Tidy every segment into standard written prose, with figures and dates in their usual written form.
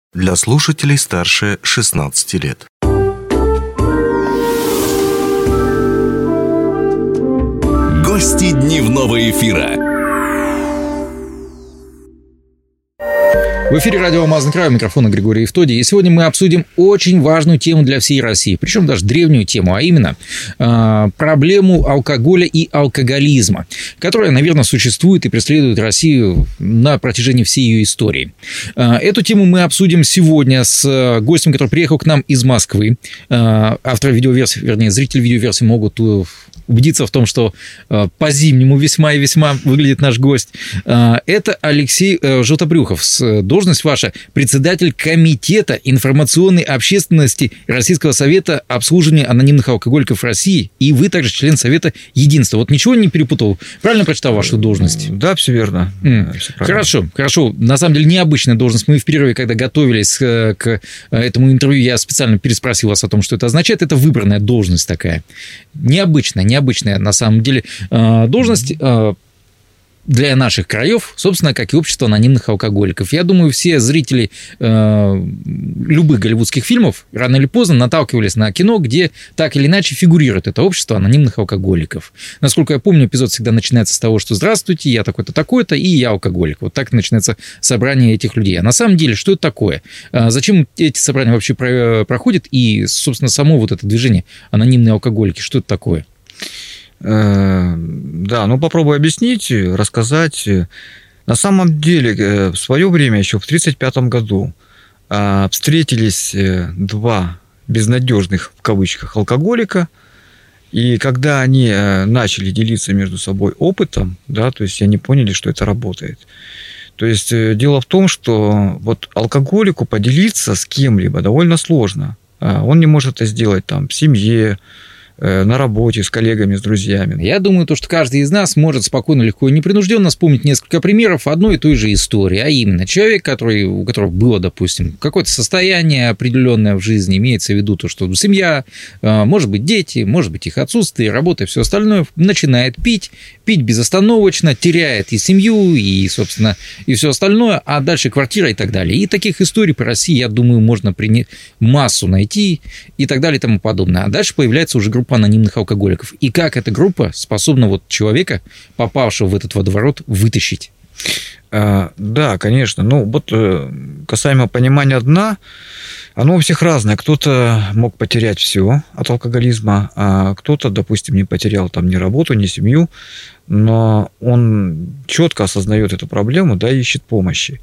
Для слушателей старше 16 лет. Гости дневного эфира. В эфире радио «Алмазный край», у микрофона Григорий Евтодий. И сегодня мы обсудим очень важную тему для всей России, причем даже древнюю тему, а именно проблему алкоголя и алкоголизма, которая, наверное, существует и преследует Россию на протяжении всей ее истории. Эту тему мы обсудим сегодня с гостем, который приехал к нам из Москвы. Авторы видеоверсии, вернее, зрители видеоверсии могут убедиться в том, что по-зимнему весьма и весьма выглядит наш гость. Это Алексей Желтобрюхов. Должность ваша – председатель Комитета информационной общественности Российского совета обслуживания анонимных алкоголиков России. И вы также член Совета Единства. Вот ничего не перепутал? Правильно прочитал вашу должность? Да, все верно. Хорошо. На самом деле, необычная должность. Мы в перерыве, когда готовились к этому интервью, я специально переспросил вас о том, что это означает. Это выбранная должность такая. Необычная на самом деле должность для наших краев, собственно, как и общество анонимных алкоголиков. Я думаю, все зрители любых голливудских фильмов рано или поздно наталкивались на кино, где так или иначе фигурирует это общество анонимных алкоголиков. Насколько я помню, эпизод всегда начинается с того, что «Здравствуйте, я такой-то, такой-то, и я алкоголик». Вот так начинается собрание этих людей. А на самом деле, что это такое? Зачем эти собрания вообще проходят? И, собственно, само вот это движение анонимные алкоголики, что это такое? Да, попробую объяснить, рассказать. На самом деле, в свое время, еще в 1935 году, встретились два безнадежных, в кавычках, алкоголика, и когда они начали делиться между собой опытом, да, то есть они поняли, что это работает. То есть дело в том, что вот алкоголику поделиться с кем-либо довольно сложно. Он не может это сделать там в семье, на работе, с коллегами, с друзьями. Я думаю, что каждый из нас может спокойно, легко и непринужденно вспомнить несколько примеров одной и той же истории, а именно человек, у которого было, допустим, какое-то состояние определенное в жизни, имеется в виду то, что семья, может быть, дети, может быть, их отсутствие, работа и все остальное, начинает пить безостановочно, теряет и семью, и, собственно, и все остальное, а дальше квартира и так далее. И таких историй по России, я думаю, можно массу найти и так далее и тому подобное. А дальше появляется уже группа анонимных алкоголиков. И как эта группа способна человека, попавшего в этот водоворот, вытащить? Да, конечно. Касаемо понимания дна, оно у всех разное. Кто-то мог потерять все от алкоголизма, а кто-то, допустим, не потерял ни работу, ни семью, но он четко осознает эту проблему, да, и ищет помощи.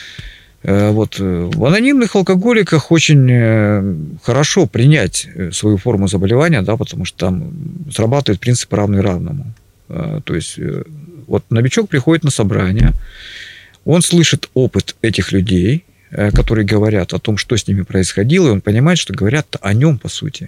В анонимных алкоголиках очень хорошо принять свою форму заболевания, да, потому что там срабатывает принцип равный равному. То есть новичок приходит на собрание, он слышит опыт этих людей, которые говорят о том, что с ними происходило, и он понимает, что говорят о нем, по сути.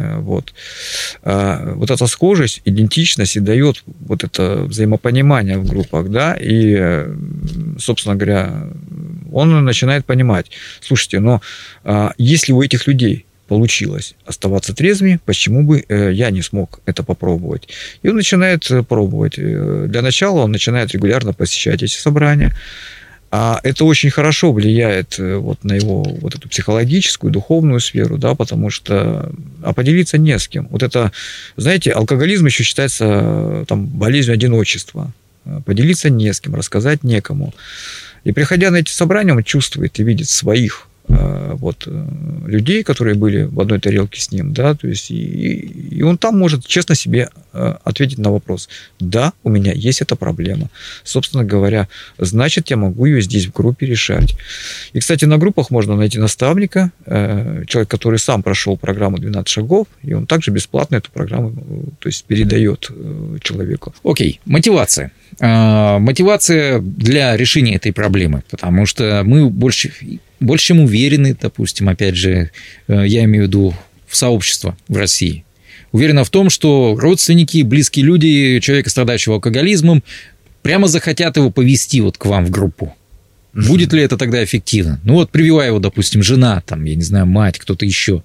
Эта схожесть, идентичность и дает это взаимопонимание в группах, да, и, собственно говоря, он начинает понимать, слушайте, если у этих людей получилось оставаться трезвыми, почему бы я не смог это попробовать? И он начинает пробовать. Для начала он начинает регулярно посещать эти собрания. А это очень хорошо влияет на его эту психологическую, духовную сферу, да, потому что поделиться не с кем. Знаете, алкоголизм еще считается болезнью одиночества. Поделиться не с кем, рассказать некому. И приходя на эти собрания, он чувствует и видит своих людей, которые были в одной тарелке с ним, да, то есть и он там может честно себе ответить на вопрос: да, у меня есть эта проблема, собственно говоря, значит, я могу ее здесь в группе решать. И, кстати, на группах можно найти наставника, человек, который сам прошел программу 12 шагов, и он также бесплатно эту программу, то есть, передает человеку. Окей, мотивация. Мотивация для решения этой проблемы, потому что мы больше чем уверены, допустим, опять же, я имею в виду в сообщество в России, уверена в том, что родственники, близкие люди человека, страдающего алкоголизмом, прямо захотят его повести к вам в группу. Будет ли это тогда эффективно? Привела его, допустим, жена, я не знаю, мать, кто-то еще.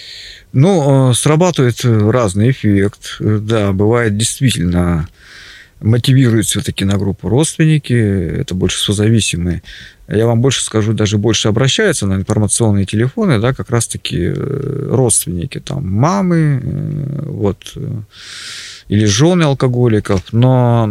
Срабатывает разный эффект. Да, бывает действительно мотивируют все-таки на группу родственники, это больше созависимые. Я вам больше скажу, даже больше обращаются на информационные телефоны, да, как раз-таки родственники, там, мамы, вот, или жены алкоголиков, но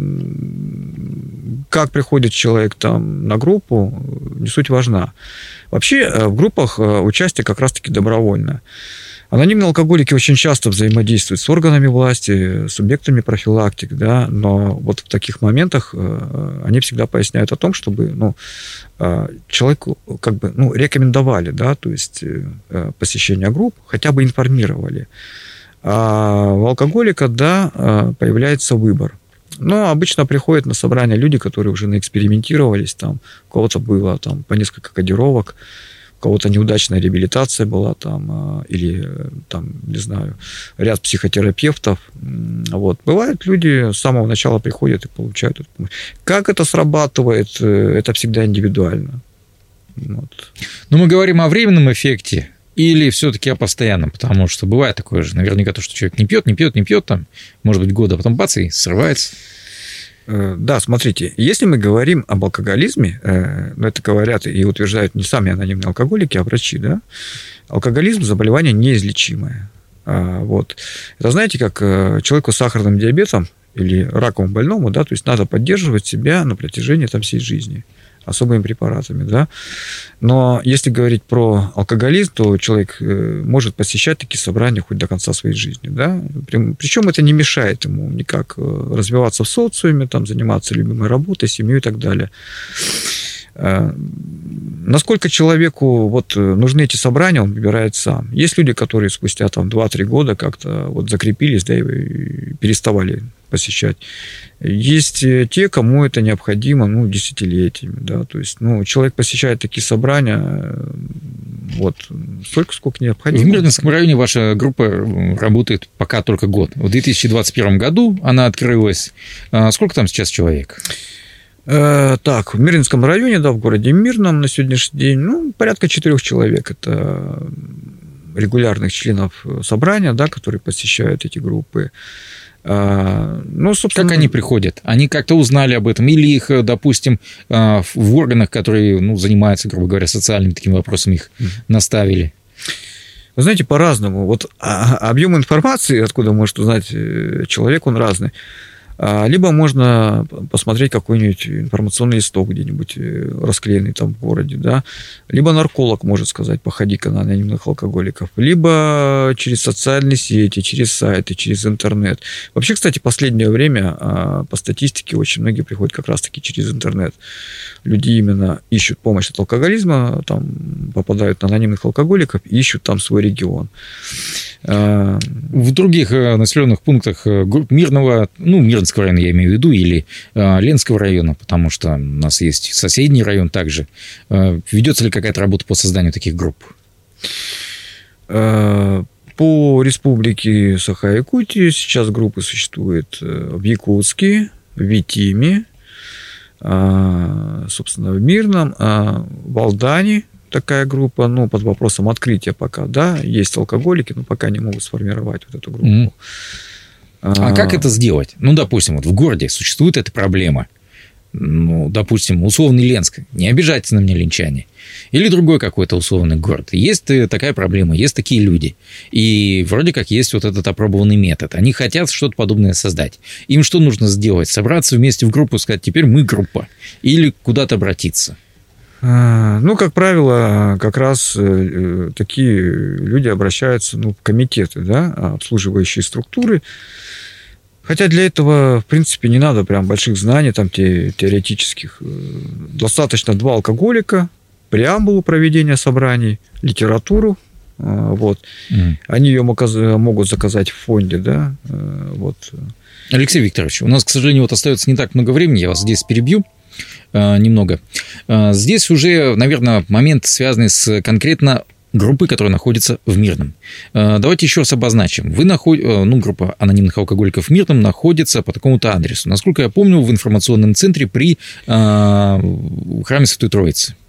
как приходит человек там на группу, не суть важна. Вообще в группах участие как раз-таки добровольное. Анонимные алкоголики очень часто взаимодействуют с органами власти, с субъектами профилактик, да, но вот в таких моментах они всегда поясняют о том, чтобы человеку как бы, рекомендовали, да, то есть посещение групп, хотя бы информировали. А у алкоголика, да, появляется выбор. Но обычно приходят на собрания люди, которые уже наэкспериментировались, там, у кого-то было там, по несколько кодировок, у кого-то неудачная реабилитация была, там, или, там, не знаю, ряд психотерапевтов. Вот. Бывают люди с самого начала приходят и получают эту помощь. Как это срабатывает, это всегда индивидуально. Вот. Но мы говорим о временном эффекте или все-таки о постоянном? Потому что бывает такое же. Наверняка то, что человек не пьет, там, может быть, года, а потом бац, и срывается. Да, смотрите, если мы говорим об алкоголизме, это говорят и утверждают не сами анонимные алкоголики, а врачи, да, алкоголизм – заболевание неизлечимое. Вот. Это, знаете, как человеку с сахарным диабетом или раковым больному, да, то есть надо поддерживать себя на протяжении там, всей жизни особыми препаратами, да. Но если говорить про алкоголизм, то человек может посещать такие собрания хоть до конца своей жизни, да. Причем это не мешает ему никак развиваться в социуме, там, заниматься любимой работой, семьей и так далее. Насколько человеку вот нужны эти собрания, он выбирает сам. Есть люди, которые спустя там, 2-3 года как-то вот закрепились, да, и переставали посещать. Есть те, кому это необходимо, десятилетиями, да, то есть, человек посещает такие собрания вот столько, сколько необходимо. В Мирнинском районе ваша группа работает пока только год. В 2021 году она открылась. Сколько там сейчас человек? Так, в Мирнинском районе, да, в городе Мирном на сегодняшний день, порядка 4 человек. Это регулярных членов собрания, да, которые посещают эти группы. Собственно... Как они приходят? Они как-то узнали об этом? Или их, допустим, в органах, которые занимаются, грубо говоря, социальными такими вопросами, их наставили? Вы знаете, по-разному. Вот объем информации, откуда может узнать человек, он разный. Либо можно посмотреть какой-нибудь информационный листок где-нибудь расклеенный там в городе, да. Либо нарколог может сказать, походи-ка на анонимных алкоголиков. Либо через социальные сети, через сайты, через интернет. Вообще, кстати, последнее время по статистике очень многие приходят как раз-таки через интернет. Люди именно ищут помощь от алкоголизма, там попадают на анонимных алкоголиков и ищут там свой регион. В других населенных пунктах Мирного, Мирнинского района я имею в виду, или Ленского района, потому что у нас есть соседний район также. Ведется ли какая-то работа по созданию таких групп? По республике Саха-Якутия сейчас группы существуют в Якутске, в Витиме, собственно, в Мирном, в Алдане. Такая группа, под вопросом открытия пока, да, есть алкоголики, но пока не могут сформировать вот эту группу. А как это сделать? Допустим, вот в городе существует эта проблема. Допустим, условный Ленск, не обижайтесь на меня, ленчане. Или другой какой-то условный город. Есть такая проблема, есть такие люди. И вроде как есть вот этот опробованный метод. Они хотят что-то подобное создать. Им что нужно сделать? Собраться вместе в группу и сказать, теперь мы группа. Или куда-то обратиться? Как правило, как раз такие люди обращаются в комитеты, да, обслуживающие структуры. Хотя для этого, в принципе, не надо прям больших знаний там, теоретических. Достаточно 2 алкоголика, преамбулу проведения собраний, литературу. Вот. Они ее могут заказать в фонде. Да, вот. Алексей Викторович, у нас, к сожалению, остается не так много времени. Я вас здесь перебью немного. Здесь уже, наверное, момент, связанный с конкретно группой, которая находится в Мирном. Давайте еще раз обозначим. Группа анонимных алкоголиков в Мирном находится по такому-то адресу. Насколько я помню, в информационном центре при храме Святой Троицы.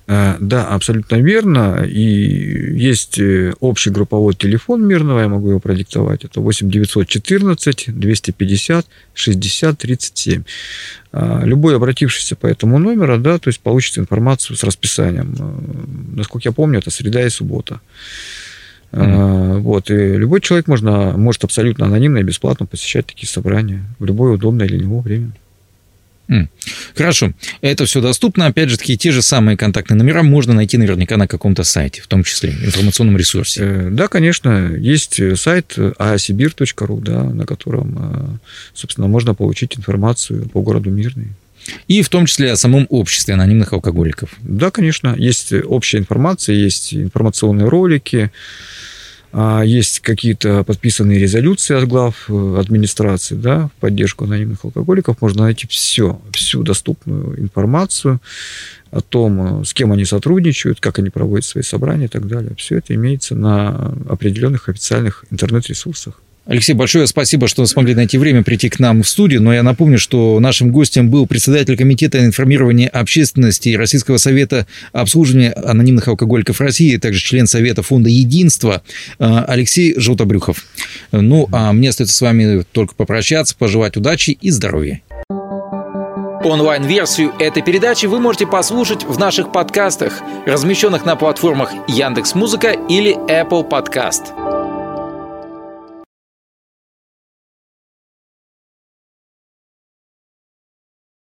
Да, абсолютно верно. И есть общий групповой телефон мирного, я могу его продиктовать. Это 8 914 250 60 37. Любой обратившийся по этому номеру, да, то есть получит информацию с расписанием. Насколько я помню, это среда и суббота. Вот, и любой человек может абсолютно анонимно и бесплатно посещать такие собрания в любое удобное для него время. Хорошо. Это все доступно. Опять же, те же самые контактные номера можно найти наверняка на каком-то сайте, в том числе информационном ресурсе. Да, конечно. Есть сайт aasibir.ru, да, на котором, собственно, можно получить информацию по городу Мирный. И в том числе о самом обществе анонимных алкоголиков. Да, конечно. Есть общая информация, есть информационные ролики, есть какие-то подписанные резолюции от глав администрации, да, в поддержку анонимных алкоголиков. Можно найти всю доступную информацию о том, с кем они сотрудничают, как они проводят свои собрания и так далее. Все это имеется на определенных официальных интернет-ресурсах. Алексей, большое спасибо, что смогли найти время прийти к нам в студию. Но я напомню, что нашим гостем был председатель Комитета информирования общественности Российского совета обслуживания анонимных алкоголиков России, также член Совета фонда «Единство» Алексей Желтобрюхов. Ну, а мне остается с вами только попрощаться, пожелать удачи и здоровья. Онлайн-версию этой передачи вы можете послушать в наших подкастах, размещенных на платформах Яндекс.Музыка или Apple Podcast.